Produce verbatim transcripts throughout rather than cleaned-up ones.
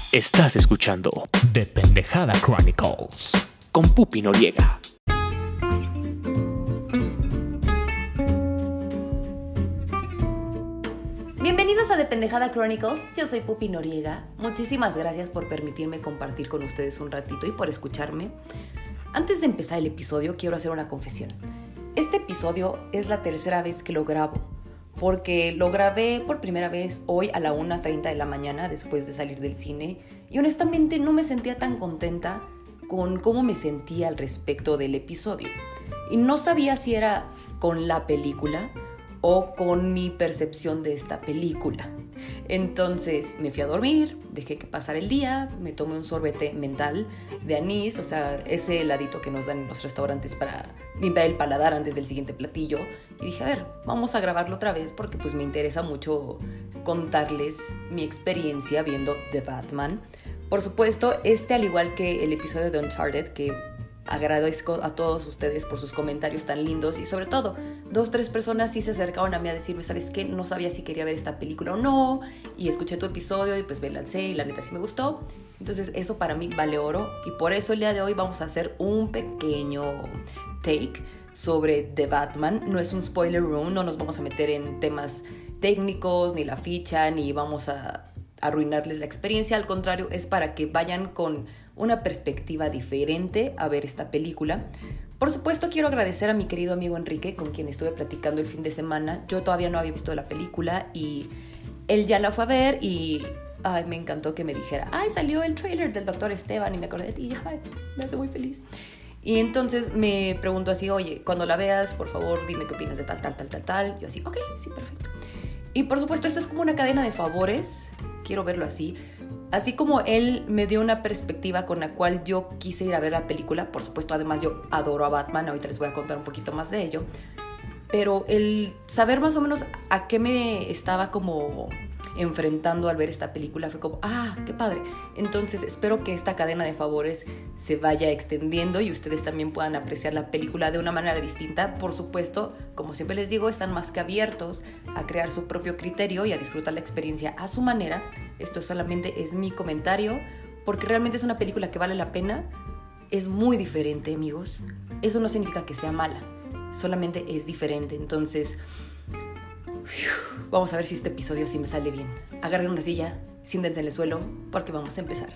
Estás escuchando The Pendejada Chronicles con Pupi Noriega. Bienvenidos a The Pendejada Chronicles, yo soy Pupi Noriega. Muchísimas gracias por permitirme compartir con ustedes un ratito y por escucharme. Antes de empezar el episodio, quiero hacer una confesión. Este episodio es la tercera vez que lo grabo, porque lo grabé por primera vez hoy a la una treinta de la mañana después de salir del cine y honestamente no me sentía tan contenta con cómo me sentía al respecto del episodio. Y no sabía si era con la película o con mi percepción de esta película. Entonces me fui a dormir, dejé que pasara el día, me tomé un sorbete mental de anís, o sea, ese heladito que nos dan en los restaurantes para limpiar el paladar antes del siguiente platillo. Y dije, a ver, vamos a grabarlo otra vez porque pues me interesa mucho contarles mi experiencia viendo The Batman. Por supuesto, este al igual que el episodio de Uncharted, que agradezco a todos ustedes por sus comentarios tan lindos y sobre todo, dos, tres personas sí se acercaron a mí a decirme, ¿sabes qué? No sabía si quería ver esta película o no, y escuché tu episodio y pues me lancé y la neta sí me gustó. Entonces eso para mí vale oro y por eso el día de hoy vamos a hacer un pequeño take sobre The Batman. No es un spoiler room, no nos vamos a meter en temas técnicos, ni la ficha, ni vamos a arruinarles la experiencia. Al contrario, es para que vayan con una perspectiva diferente a ver esta película. Por supuesto, quiero agradecer a mi querido amigo Enrique, con quien estuve platicando el fin de semana. Yo todavía no había visto la película y él ya la fue a ver y ay, me encantó que me dijera, ay, salió el trailer del doctor Esteban y me acordé de ti, ay, me hace muy feliz. Y entonces me preguntó así, oye, cuando la veas, por favor, dime qué opinas de tal, tal, tal, tal, tal. Yo así, ok, sí, perfecto. Y por supuesto, esto es como una cadena de favores, quiero verlo así. Así como él me dio una perspectiva con la cual yo quise ir a ver la película, por supuesto, además yo adoro a Batman, ahorita les voy a contar un poquito más de ello, pero el saber más o menos a qué me estaba como enfrentando al ver esta película fue como, ah, qué padre. Entonces espero que esta cadena de favores se vaya extendiendo y ustedes también puedan apreciar la película de una manera distinta. Por supuesto, como siempre les digo, están más que abiertos a crear su propio criterio y a disfrutar la experiencia a su manera. Esto solamente es mi comentario porque realmente es una película que vale la pena. Es muy diferente, amigos. Eso no significa que sea mala, solamente es diferente. Entonces vamos a ver si este episodio sí me sale bien. Agarren una silla, siéntense en el suelo, porque vamos a empezar.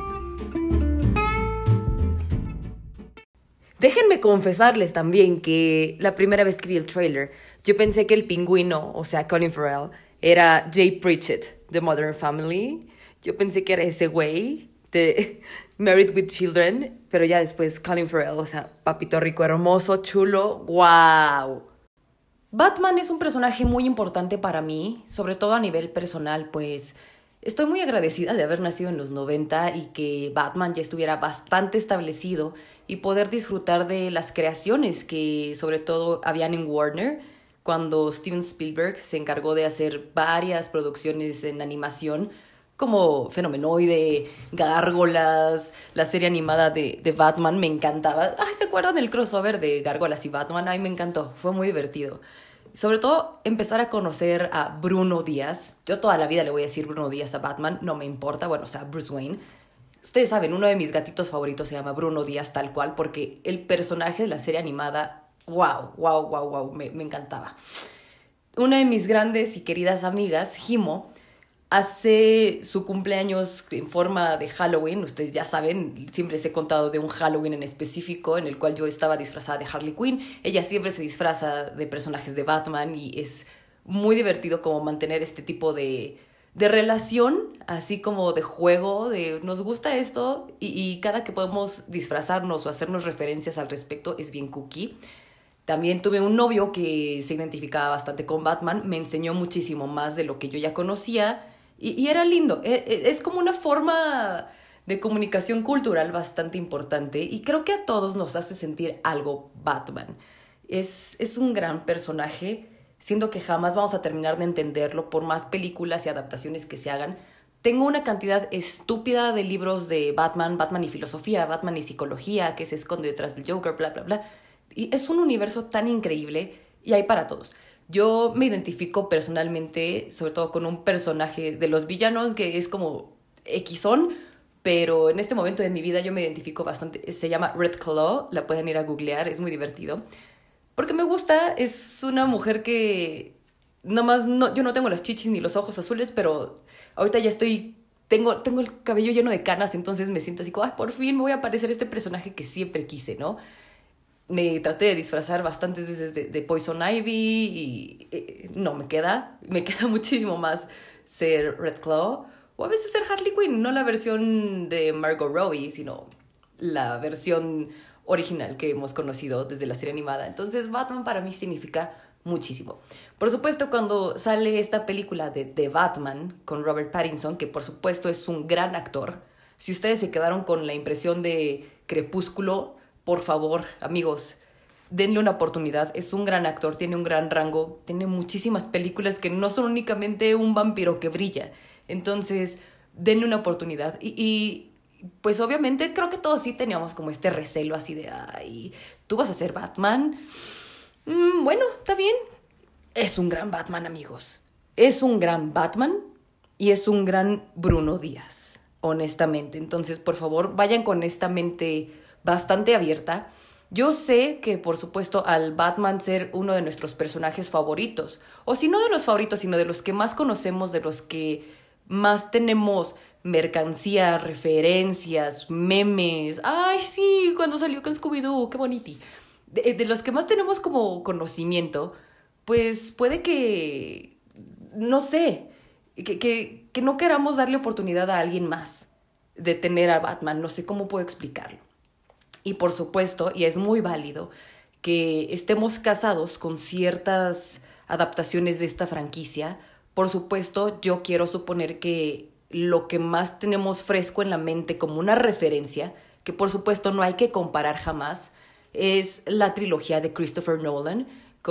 Déjenme confesarles también que la primera vez que vi el trailer, yo pensé que el pingüino, o sea, Colin Farrell, era Jay Pritchett de Modern Family. Yo pensé que era ese güey de Married with Children, pero ya después Colin Farrell, o sea, papito rico, hermoso, chulo, ¡wow! Batman es un personaje muy importante para mí, sobre todo a nivel personal, pues estoy muy agradecida de haber nacido en los noventa y que Batman ya estuviera bastante establecido y poder disfrutar de las creaciones que sobre todo habían en Warner cuando Steven Spielberg se encargó de hacer varias producciones en animación como Fenomenoide, Gárgolas, la serie animada de, de Batman, me encantaba. Ay, ¿se acuerdan del crossover de Gárgolas y Batman? Ay, me encantó, fue muy divertido. Sobre todo empezar a conocer a Bruno Díaz. Yo toda la vida le voy a decir Bruno Díaz a Batman, no me importa, bueno, o sea, Bruce Wayne. Ustedes saben, uno de mis gatitos favoritos se llama Bruno Díaz tal cual, porque el personaje de la serie animada, wow, wow, wow, wow, me, me encantaba. Una de mis grandes y queridas amigas, Jimo, hace su cumpleaños en forma de Halloween. Ustedes ya saben, siempre les he contado de un Halloween en específico en el cual yo estaba disfrazada de Harley Quinn. Ella siempre se disfraza de personajes de Batman y es muy divertido como mantener este tipo de, de relación, así como de juego, de nos gusta esto y, y cada que podemos disfrazarnos o hacernos referencias al respecto es bien cookie. También tuve un novio que se identificaba bastante con Batman, me enseñó muchísimo más de lo que yo ya conocía. Y, y era lindo, es como una forma de comunicación cultural bastante importante y creo que a todos nos hace sentir algo Batman. Es, es un gran personaje, siendo que jamás vamos a terminar de entenderlo por más películas y adaptaciones que se hagan. Tengo una cantidad estúpida de libros de Batman, Batman y filosofía, Batman y psicología, que se esconde detrás del Joker, bla, bla, bla. Y es un universo tan increíble y hay para todos. Yo me identifico personalmente, sobre todo con un personaje de los villanos que es como Xon, pero en este momento de mi vida yo me identifico bastante. Se llama Red Claw, la pueden ir a googlear, es muy divertido. Porque me gusta, es una mujer que nomás no, yo no tengo las chichis ni los ojos azules, pero ahorita ya estoy, tengo, tengo el cabello lleno de canas, entonces me siento así como, ay, por fin me voy a parecer este personaje que siempre quise, ¿no? Me traté de disfrazar bastantes veces de, de Poison Ivy y eh, no me queda, me queda muchísimo más ser Red Claw o a veces ser Harley Quinn, no la versión de Margot Robbie, sino la versión original que hemos conocido desde la serie animada. Entonces Batman para mí significa muchísimo. Por supuesto, cuando sale esta película de The Batman con Robert Pattinson, que por supuesto es un gran actor, si ustedes se quedaron con la impresión de Crepúsculo, por favor, amigos, denle una oportunidad. Es un gran actor, tiene un gran rango, tiene muchísimas películas que no son únicamente un vampiro que brilla. Entonces, denle una oportunidad. Y, y pues obviamente creo que todos sí teníamos como este recelo así de, ay, ¿tú vas a ser Batman? Mm, bueno, está bien. Es un gran Batman, amigos. Es un gran Batman y es un gran Bruno Díaz, honestamente. Entonces, por favor, vayan con esta mente bastante abierta. Yo sé que, por supuesto, al Batman ser uno de nuestros personajes favoritos, o si no de los favoritos, sino de los que más conocemos, de los que más tenemos mercancía, referencias, memes. Ay, sí, cuando salió con Scooby-Doo, qué boniti. De, de los que más tenemos como conocimiento, pues puede que, no sé, que, que, que no queramos darle oportunidad a alguien más de tener a Batman. No sé cómo puedo explicarlo. Y por supuesto, y es muy válido, que estemos casados con ciertas adaptaciones de esta franquicia. Por supuesto, yo quiero suponer que lo que más tenemos fresco en la mente como una referencia, que por supuesto no hay que comparar jamás, es la trilogía de Christopher Nolan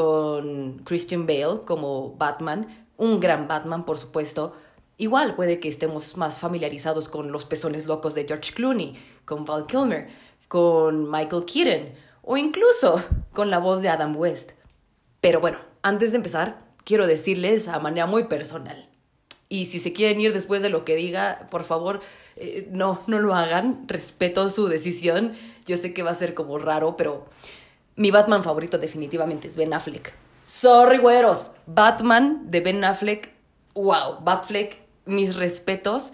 con Christian Bale como Batman, un gran Batman, por supuesto. Igual puede que estemos más familiarizados con los pezones locos de George Clooney, con Val Kilmer, con Michael Keaton o incluso con la voz de Adam West. Pero bueno, antes de empezar, quiero decirles a manera muy personal, y si se quieren ir después de lo que diga, por favor, eh, no, no lo hagan, respeto su decisión. Yo sé que va a ser como raro, pero mi Batman favorito definitivamente es Ben Affleck. Sorry, güeros, Batman de Ben Affleck, wow, Batfleck, mis respetos.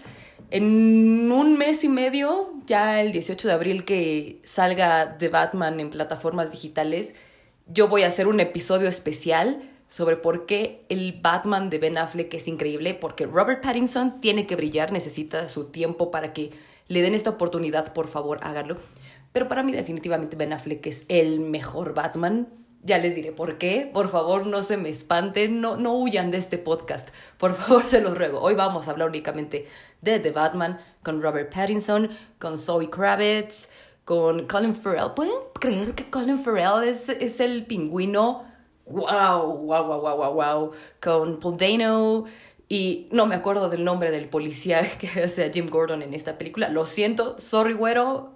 En un mes y medio, ya el dieciocho de abril que salga The Batman en plataformas digitales, yo voy a hacer un episodio especial sobre por qué el Batman de Ben Affleck es increíble, porque Robert Pattinson tiene que brillar, necesita su tiempo para que le den esta oportunidad, por favor, háganlo. Pero para mí definitivamente Ben Affleck es el mejor Batman. Ya les diré por qué. Por favor, no se me espanten, no, no huyan de este podcast. Por favor, se los ruego. Hoy vamos a hablar únicamente de The Batman con Robert Pattinson, con Zoe Kravitz, con Colin Farrell. ¿Pueden creer que Colin Farrell es, es el pingüino? ¡Wow! ¡Wow, wow, wow, wow, wow! Con Paul Dano. Y no me acuerdo del nombre del policía que hace a Jim Gordon en esta película. Lo siento, sorry, güero.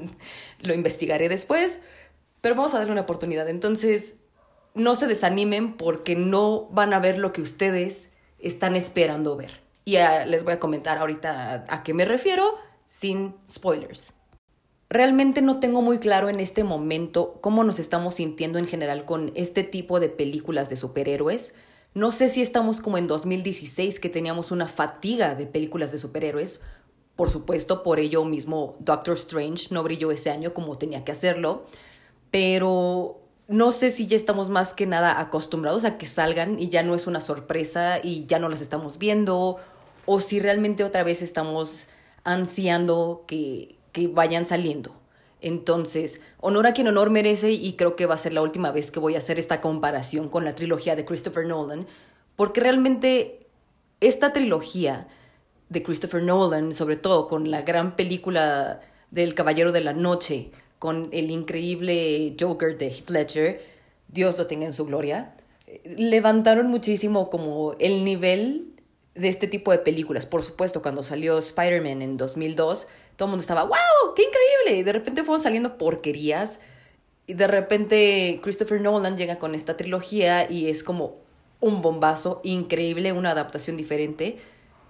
Lo investigaré después. Pero vamos a darle una oportunidad. Entonces, no se desanimen porque no van a ver lo que ustedes están esperando ver. Y uh, les voy a comentar ahorita a, a qué me refiero sin spoilers. Realmente no tengo muy claro en este momento cómo nos estamos sintiendo en general con este tipo de películas de superhéroes. No sé si estamos como en dos mil dieciséis, que teníamos una fatiga de películas de superhéroes. Por supuesto, por ello mismo Doctor Strange no brilló ese año como tenía que hacerlo. Pero no sé si ya estamos más que nada acostumbrados a que salgan y ya no es una sorpresa y ya no las estamos viendo, o si realmente otra vez estamos ansiando que, que vayan saliendo. Entonces, honor a quien honor merece, y creo que va a ser la última vez que voy a hacer esta comparación con la trilogía de Christopher Nolan, porque realmente esta trilogía de Christopher Nolan, sobre todo con la gran película del Caballero de la Noche, con el increíble Joker de Heath Ledger, Dios lo tenga en su gloria, levantaron muchísimo como el nivel de este tipo de películas. Por supuesto, cuando salió Spider-Man en dos mil dos, todo el mundo estaba, ¡wow! ¡Qué increíble! Y de repente fueron saliendo porquerías, y de repente Christopher Nolan llega con esta trilogía y es como un bombazo increíble, una adaptación diferente.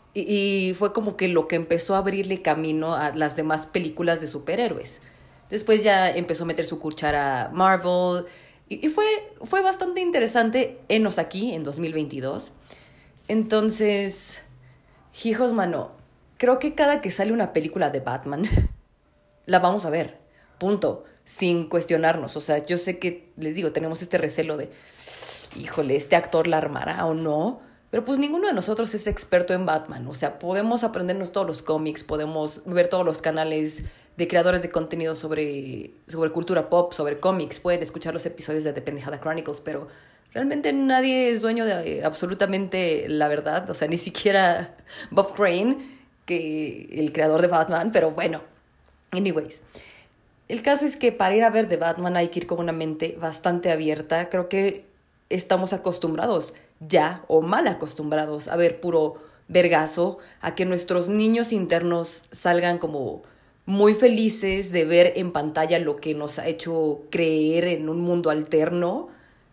Y, y fue como que lo que empezó a abrirle camino a las demás películas de superhéroes. Después ya empezó a meter su cuchara Marvel. Y, y fue, fue bastante interesante, enos aquí, en dos mil veintidós. Entonces, hijos, mano, creo que cada que sale una película de Batman, la vamos a ver. Punto. Sin cuestionarnos. O sea, yo sé que, les digo, tenemos este recelo de, híjole, ¿este actor la armará o no? Pero pues ninguno de nosotros es experto en Batman. O sea, podemos aprendernos todos los cómics, podemos ver todos los canales de creadores de contenido sobre, sobre cultura pop, sobre cómics. Pueden escuchar los episodios de The Pendejada Chronicles, pero realmente nadie es dueño de eh, absolutamente la verdad. O sea, ni siquiera Bob Crane, que el creador de Batman. Pero bueno, anyways. El caso es que para ir a ver The Batman hay que ir con una mente bastante abierta. Creo que estamos acostumbrados ya, o mal acostumbrados, a ver puro vergazo, a que nuestros niños internos salgan como muy felices de ver en pantalla lo que nos ha hecho creer en un mundo alterno,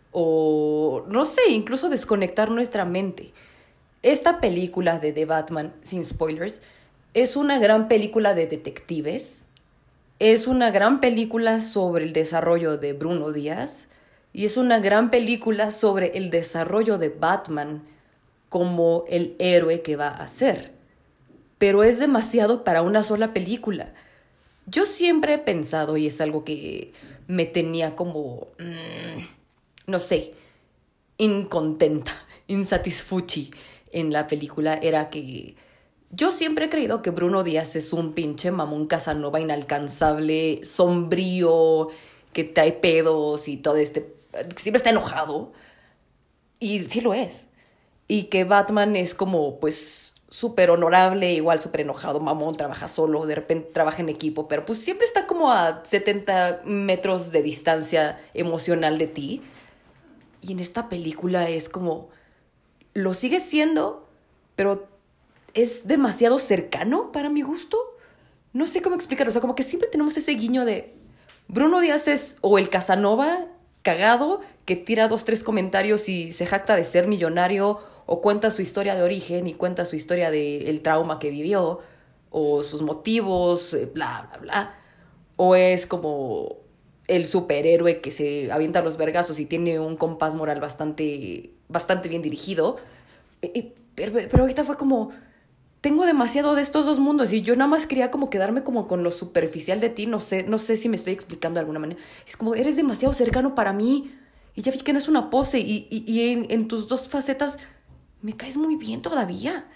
o no sé, incluso desconectar nuestra mente. Esta película de The Batman, sin spoilers, es una gran película de detectives. Es una gran película sobre el desarrollo de Bruno Díaz y es una gran película sobre el desarrollo de Batman como el héroe que va a ser. Pero es demasiado para una sola película. Yo siempre he pensado, y es algo que me tenía como, mmm, no sé, incontenta, insatisfuchi en la película, era que yo siempre he creído que Bruno Díaz es un pinche mamón Casanova inalcanzable, sombrío, que trae pedos y todo este... siempre está enojado. Y sí lo es. Y que Batman es como, pues, súper honorable, igual súper enojado, mamón, trabaja solo, de repente trabaja en equipo, pero pues siempre está como a setenta metros de distancia emocional de ti. Y en esta película es como... lo sigue siendo, pero es demasiado cercano para mi gusto. No sé cómo explicarlo. O sea, como que siempre tenemos ese guiño de Bruno Díaz es o el Casanova cagado que tira dos, tres comentarios y se jacta de ser millonario, o cuenta su historia de origen y cuenta su historia del trauma que vivió, o sus motivos, bla, bla, bla. O es como el superhéroe que se avienta los vergazos y tiene un compás moral bastante, bastante bien dirigido. Pero, pero ahorita fue como... tengo demasiado de estos dos mundos y yo nada más quería como quedarme como con lo superficial de ti. No sé, no sé si me estoy explicando de alguna manera. Es como, eres demasiado cercano para mí y ya vi que no es una pose y, y, y en, en tus dos facetas me caes muy bien todavía.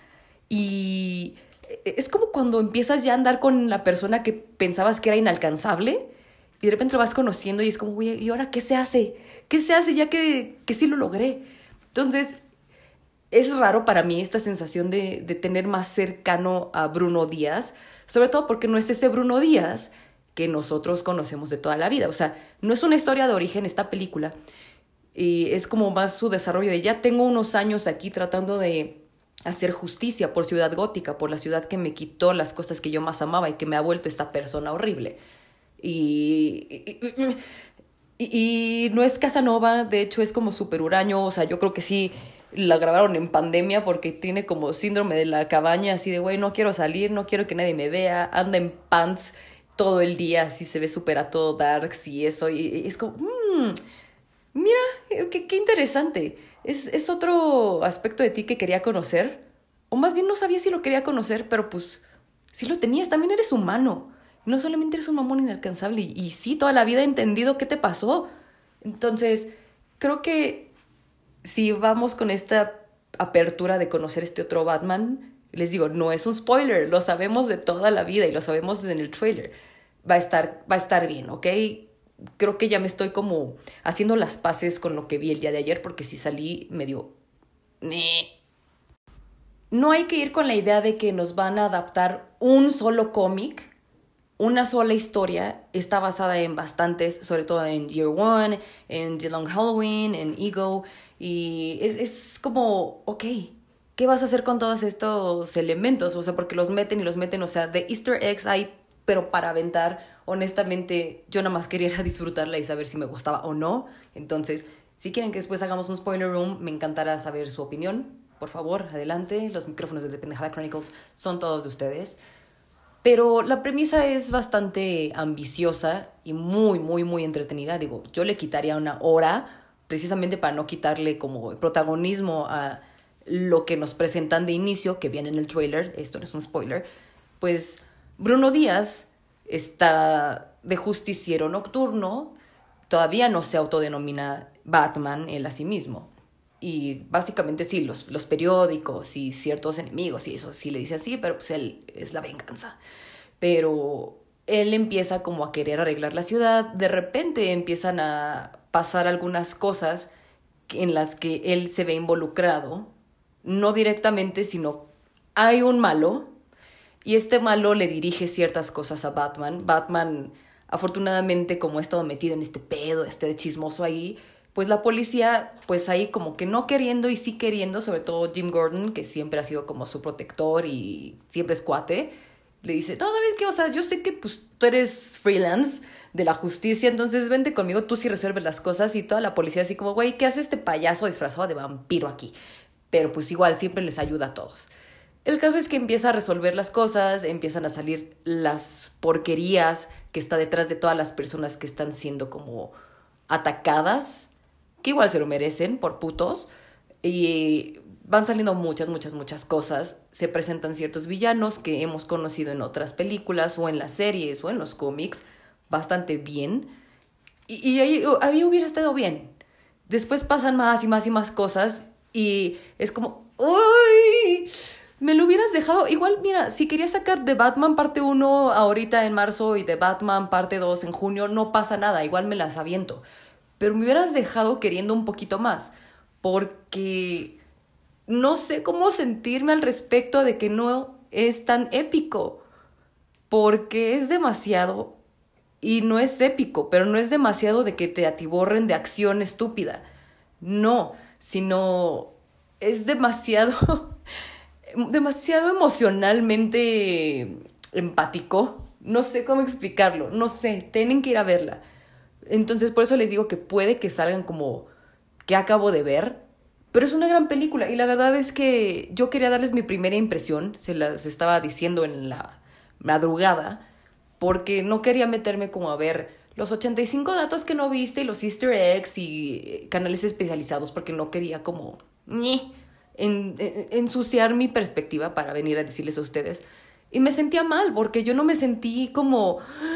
Y es como cuando empiezas ya a andar con la persona que pensabas que era inalcanzable y de repente lo vas conociendo y es como, güey, ¿y ahora qué se hace? ¿Qué se hace ya que, que sí lo logré? Entonces... es raro para mí esta sensación de, de tener más cercano a Bruno Díaz, sobre todo porque no es ese Bruno Díaz que nosotros conocemos de toda la vida. O sea, no es una historia de origen esta película, y es como más su desarrollo de ya tengo unos años aquí tratando de hacer justicia por Ciudad Gótica, por la ciudad que me quitó las cosas que yo más amaba y que me ha vuelto esta persona horrible. Y... y, y, y no es Casanova, de hecho es como súper huraño. O sea, yo creo que sí... la grabaron en pandemia porque tiene como síndrome de la cabaña, así de, güey, no quiero salir, no quiero que nadie me vea, anda en pants todo el día, así se ve súper a todo darks y eso, y, y es como, mmm, mira, qué, qué interesante, es, es otro aspecto de ti que quería conocer, o más bien no sabía si lo quería conocer, pero pues, sí lo tenías, también eres humano, no solamente eres un mamón inalcanzable, y, y sí, toda la vida he entendido qué te pasó, entonces, creo que si vamos con esta apertura de conocer este otro Batman, les digo, no es un spoiler, lo sabemos de toda la vida y lo sabemos en el trailer. Va a estar, va a estar bien, ¿ok? Creo que ya me estoy como haciendo las paces con lo que vi el día de ayer, porque si salí medio... No hay que ir con la idea de que nos van a adaptar un solo cómic, una sola historia. Está basada en bastantes, sobre todo en Year One, en The Long Halloween, en Ego... y es, es como, ok, ¿qué vas a hacer con todos estos elementos? O sea, porque los meten y los meten, o sea, de Easter eggs hay, pero para aventar. Honestamente, yo nada más quería ir a disfrutarla y saber si me gustaba o no. Entonces, si quieren que después hagamos un spoiler room, me encantará saber su opinión. por favor, adelante. Los micrófonos de Dependejada Chronicles son todos de ustedes. Pero la premisa es bastante ambiciosa y muy, muy, muy entretenida. Digo, yo le quitaría una hora precisamente para no quitarle como protagonismo a lo que nos presentan de inicio, que viene en el trailer. Esto no es un spoiler. Pues Bruno Díaz está de justiciero nocturno. Todavía no se autodenomina Batman él a sí mismo. Y básicamente sí, los, los periódicos y ciertos enemigos y eso sí le dice así, pero pues él es la venganza. Pero él empieza como a querer arreglar la ciudad. De repente empiezan a pasar algunas cosas en las que él se ve involucrado. No directamente, sino hay un malo. Y este malo le dirige ciertas cosas a Batman. Batman, afortunadamente, como ha estado metido en este pedo, este chismoso ahí, pues la policía, pues ahí como que no queriendo y sí queriendo, sobre todo Jim Gordon, que siempre ha sido como su protector y siempre es cuate, le dice, no, ¿sabes qué? O sea, yo sé que pues, tú eres freelance de la justicia, entonces vente conmigo, tú sí resuelves las cosas. Y toda la policía así como, güey, ¿qué hace este payaso disfrazado de vampiro aquí? Pero pues igual siempre les ayuda a todos. El caso es que empieza a resolver las cosas, empiezan a salir las porquerías que está detrás de todas las personas que están siendo como atacadas, que igual se lo merecen por putos, y van saliendo muchas, muchas, muchas cosas. Se presentan ciertos villanos que hemos conocido en otras películas o en las series o en los cómics bastante bien, y, y ahí, ahí hubiera estado bien. Después pasan más y más y más cosas y es como, ¡uy! Me lo hubieras dejado. Igual, mira, si querías sacar The Batman parte uno ahorita en marzo y The Batman parte dos en junio, no pasa nada, igual me las aviento. Pero me hubieras dejado queriendo un poquito más, porque no sé cómo sentirme al respecto de que no es tan épico, porque es demasiado y no es épico, pero no es demasiado de que te atiborren de acción estúpida, no, sino es demasiado, demasiado emocionalmente empático, no sé cómo explicarlo, no sé, tienen que ir a verla. Entonces, por eso les digo que puede que salgan como que acabo de ver, pero es una gran película. Y la verdad es que yo quería darles mi primera impresión, se las estaba diciendo en la madrugada, porque no quería meterme como a ver los ochenta y cinco datos que no viste y los easter eggs y canales especializados, porque no quería como ñe, en, en, ensuciar mi perspectiva para venir a decirles a ustedes. Y me sentía mal, porque yo no me sentí como...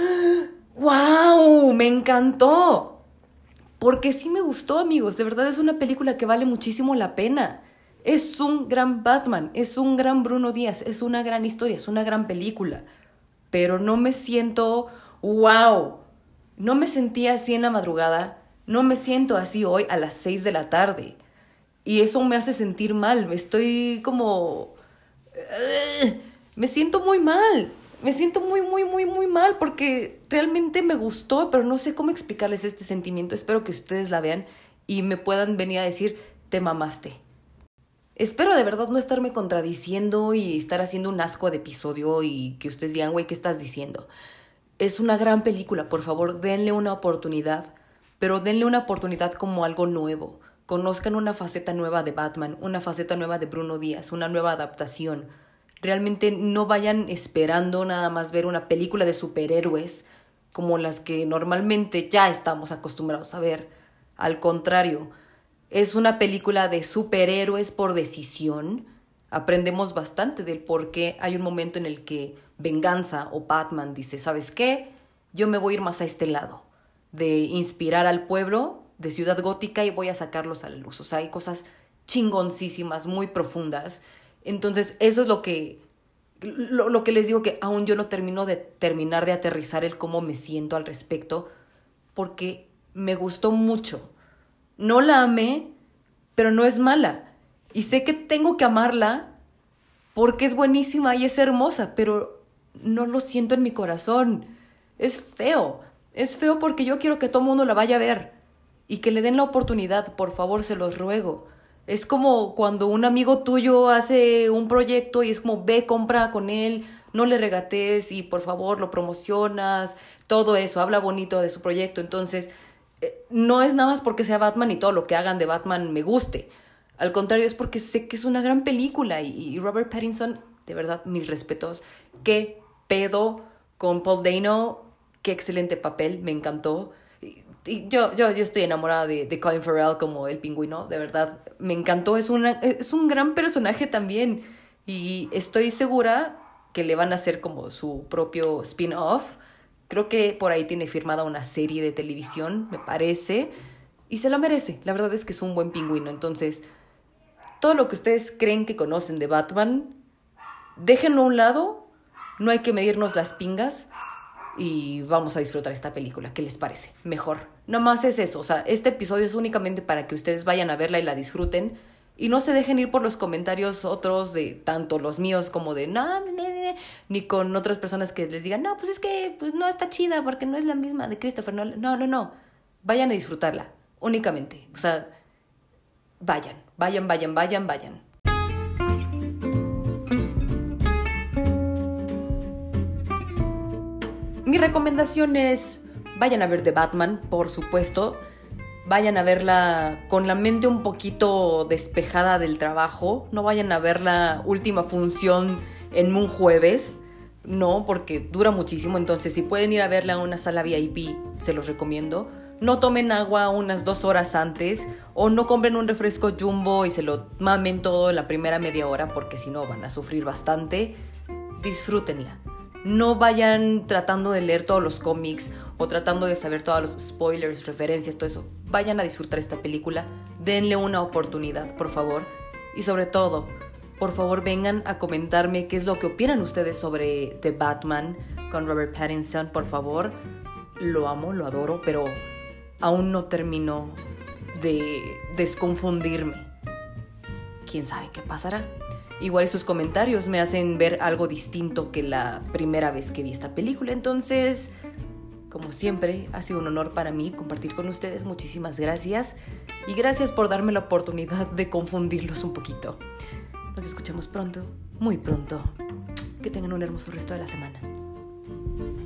¡Wow! ¡Me encantó! Porque sí me gustó, amigos. De verdad es una película que vale muchísimo la pena. Es un gran Batman, es un gran Bruno Díaz, es una gran historia, es una gran película. Pero no me siento... ¡Wow! No me sentí así en la madrugada. No me siento así hoy a las seis de la tarde. Y eso me hace sentir mal. Me estoy como... Me siento muy mal. Me siento muy, muy, muy, muy mal porque realmente me gustó, pero no sé cómo explicarles este sentimiento. Espero que ustedes la vean y me puedan venir a decir, te mamaste. Espero de verdad no estarme contradiciendo y estar haciendo un asco de episodio y que ustedes digan, güey, ¿qué estás diciendo? Es una gran película, por favor, denle una oportunidad, pero denle una oportunidad como algo nuevo. Conozcan una faceta nueva de Batman, una faceta nueva de Bruno Díaz, una nueva adaptación. Realmente no vayan esperando nada más ver una película de superhéroes como las que normalmente ya estamos acostumbrados a ver. Al contrario, es una película de superhéroes por decisión. Aprendemos bastante del por qué hay un momento en el que Venganza o Batman dice, ¿sabes qué? Yo me voy a ir más a este lado, de inspirar al pueblo de Ciudad Gótica y voy a sacarlos a la luz. O sea, hay cosas chingoncísimas, muy profundas. Entonces, eso es lo que, lo, lo que les digo, que aún yo no termino de terminar de aterrizar el cómo me siento al respecto, porque me gustó mucho. No la amé, pero no es mala. Y sé que tengo que amarla porque es buenísima y es hermosa, pero no lo siento en mi corazón. Es feo. Es feo porque yo quiero que todo el mundo la vaya a ver y que le den la oportunidad, por favor, se los ruego. Es como cuando un amigo tuyo hace un proyecto y es como, ve, compra con él, no le regates y por favor lo promocionas, todo eso, habla bonito de su proyecto. Entonces, eh, no es nada más porque sea Batman y todo lo que hagan de Batman me guste. Al contrario, es porque sé que es una gran película. Y, y Robert Pattinson, de verdad, mis respetos. Qué pedo con Paul Dano. Qué excelente papel, me encantó. Y, y yo, yo, yo estoy enamorada de, de Colin Farrell como el pingüino, de verdad. Me encantó, es, una, es un gran personaje también. Y estoy segura que le van a hacer como su propio spin-off. Creo que por ahí tiene firmada una serie de televisión, me parece. Y se lo merece. La verdad es que es un buen pingüino. Entonces, todo lo que ustedes creen que conocen de Batman, déjenlo a un lado. No hay que medirnos las pingas. Y vamos a disfrutar esta película. ¿Qué les parece? Mejor. Nomás es eso. O sea, este episodio es únicamente para que ustedes vayan a verla y la disfruten. Y no se dejen ir por los comentarios otros de tanto los míos como de no, ne, ne, ni con otras personas que les digan, no, pues es que pues no está chida porque no es la misma de Christopher Nolan. No, no, no. Vayan a disfrutarla. Únicamente. O sea, vayan, vayan, vayan, vayan, vayan. Mi recomendación es, vayan a ver The Batman, por supuesto. Vayan a verla con la mente un poquito despejada del trabajo. No vayan a ver la última función en un jueves. No, porque dura muchísimo. Entonces, si pueden ir a verla a una sala V I P, se los recomiendo. No tomen agua unas dos horas antes. O no compren un refresco Jumbo y se lo mamen todo la primera media hora, porque si no van a sufrir bastante. Disfrútenla. No vayan tratando de leer todos los cómics o tratando de saber todos los spoilers, referencias, todo eso. Vayan a disfrutar esta película. Denle una oportunidad, por favor. Y sobre todo, por favor, vengan a comentarme qué es lo que opinan ustedes sobre The Batman con Robert Pattinson, por favor. Lo amo, lo adoro, pero aún no termino de desconfundirme. ¿Quién sabe qué pasará? Igual sus comentarios me hacen ver algo distinto que la primera vez que vi esta película. Entonces, como siempre, ha sido un honor para mí compartir con ustedes. Muchísimas gracias. Y gracias por darme la oportunidad de confundirlos un poquito. Nos escuchamos pronto, muy pronto. Que tengan un hermoso resto de la semana.